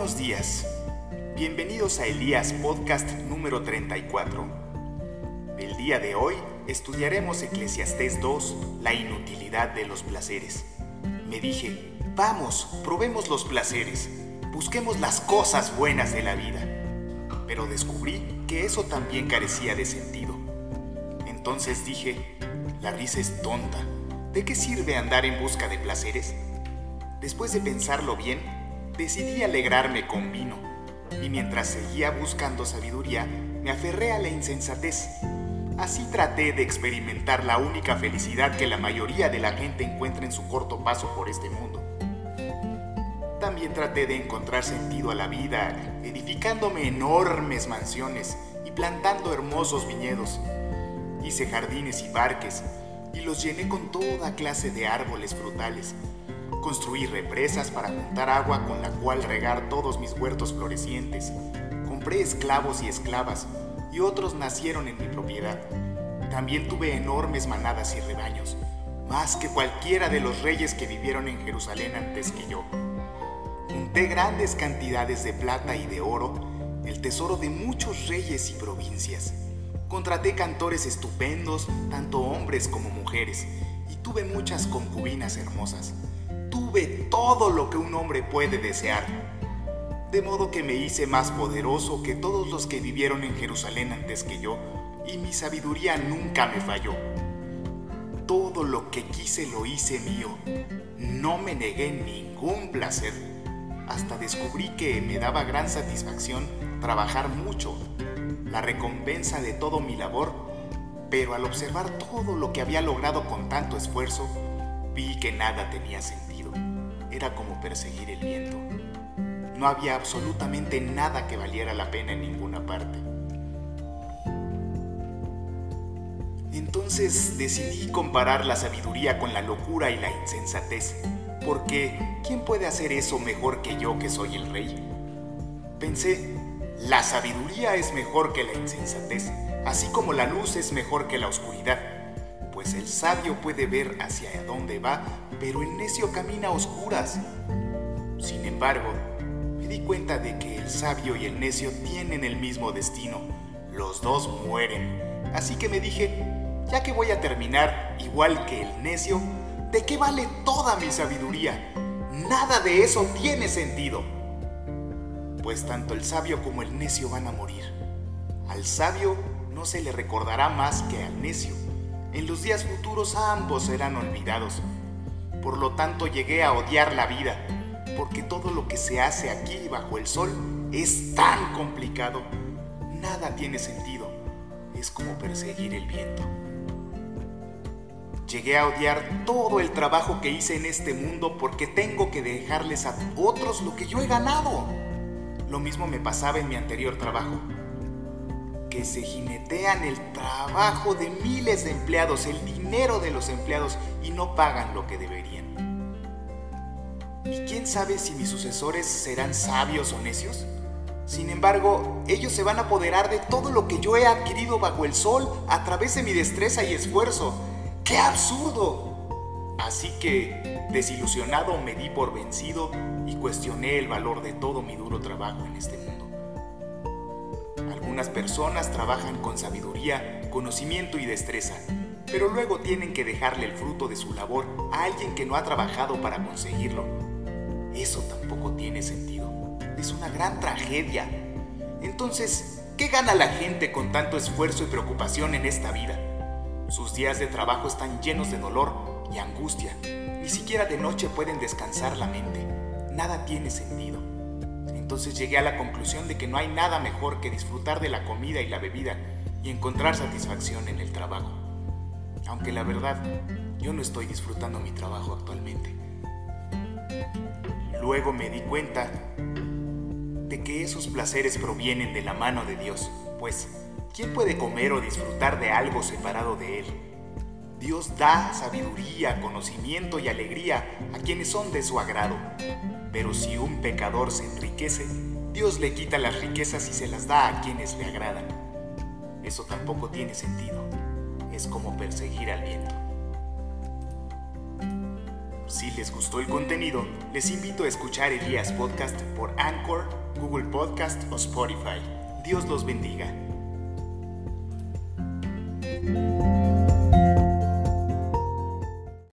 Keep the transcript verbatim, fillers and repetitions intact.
Buenos días. Bienvenidos a Elías Podcast número treinta y cuatro. El día de hoy estudiaremos Eclesiastés dos, la inutilidad de los placeres. Me dije, vamos, probemos los placeres, busquemos las cosas buenas de la vida. Pero descubrí que eso también carecía de sentido. Entonces dije, la risa es tonta. ¿De qué sirve andar en busca de placeres? Después de pensarlo bien, decidí alegrarme con vino, y mientras seguía buscando sabiduría, me aferré a la insensatez. Así traté de experimentar la única felicidad que la mayoría de la gente encuentra en su corto paso por este mundo. También traté de encontrar sentido a la vida, edificándome enormes mansiones y plantando hermosos viñedos. Hice jardines y parques, y los llené con toda clase de árboles frutales. Construí represas para juntar agua con la cual regar todos mis huertos florecientes. Compré esclavos y esclavas, y otros nacieron en mi propiedad. También tuve enormes manadas y rebaños, más que cualquiera de los reyes que vivieron en Jerusalén antes que yo. Junté grandes cantidades de plata y de oro, el tesoro de muchos reyes y provincias. Contraté cantores estupendos, tanto hombres como mujeres, y tuve muchas concubinas hermosas. Tuve todo lo que un hombre puede desear, de modo que me hice más poderoso que todos los que vivieron en Jerusalén antes que yo, y mi sabiduría nunca me falló. Todo lo que quise lo hice mío, no me negué ningún placer, hasta descubrí que me daba gran satisfacción trabajar mucho, la recompensa de todo mi labor, pero al observar todo lo que había logrado con tanto esfuerzo, vi que nada tenía sentido. Era como perseguir el viento. No había absolutamente nada que valiera la pena en ninguna parte. Entonces decidí comparar la sabiduría con la locura y la insensatez, porque ¿quién puede hacer eso mejor que yo, que soy el rey? Pensé, la sabiduría es mejor que la insensatez, así como la luz es mejor que la oscuridad. Pues el sabio puede ver hacia dónde va, pero el necio camina a oscuras. Sin embargo, me di cuenta de que el sabio y el necio tienen el mismo destino. Los dos mueren. Así que me dije, ya que voy a terminar igual que el necio, ¿de qué vale toda mi sabiduría? Nada de eso tiene sentido. Pues tanto el sabio como el necio van a morir. Al sabio no se le recordará más que al necio. En los días futuros ambos serán olvidados. Por lo tanto llegué a odiar la vida, porque todo lo que se hace aquí bajo el sol es tan complicado. Nada tiene sentido. Es como perseguir el viento. Llegué a odiar todo el trabajo que hice en este mundo porque tengo que dejarles a otros lo que yo he ganado. Lo mismo me pasaba en mi anterior trabajo, que se jinetean el trabajo de miles de empleados, el dinero de los empleados, y no pagan lo que deberían. ¿Y quién sabe si mis sucesores serán sabios o necios? Sin embargo, ellos se van a apoderar de todo lo que yo he adquirido bajo el sol a través de mi destreza y esfuerzo. ¡Qué absurdo! Así que, desilusionado, me di por vencido y cuestioné el valor de todo mi duro trabajo en este mundo. Algunas personas trabajan con sabiduría, conocimiento y destreza, pero luego tienen que dejarle el fruto de su labor a alguien que no ha trabajado para conseguirlo. Eso tampoco tiene sentido. Es una gran tragedia. Entonces, ¿qué gana la gente con tanto esfuerzo y preocupación en esta vida? Sus días de trabajo están llenos de dolor y angustia. Ni siquiera de noche pueden descansar la mente. Nada tiene sentido. Entonces llegué a la conclusión de que no hay nada mejor que disfrutar de la comida y la bebida y encontrar satisfacción en el trabajo. Aunque la verdad, yo no estoy disfrutando mi trabajo actualmente. Luego me di cuenta de que esos placeres provienen de la mano de Dios, pues ¿quién puede comer o disfrutar de algo separado de Él? Dios da sabiduría, conocimiento y alegría a quienes son de su agrado. Pero si un pecador se enriquece, Dios le quita las riquezas y se las da a quienes le agradan. Eso tampoco tiene sentido. Es como perseguir al viento. Si les gustó el contenido, les invito a escuchar Elías Podcast por Anchor, Google Podcast o Spotify. Dios los bendiga.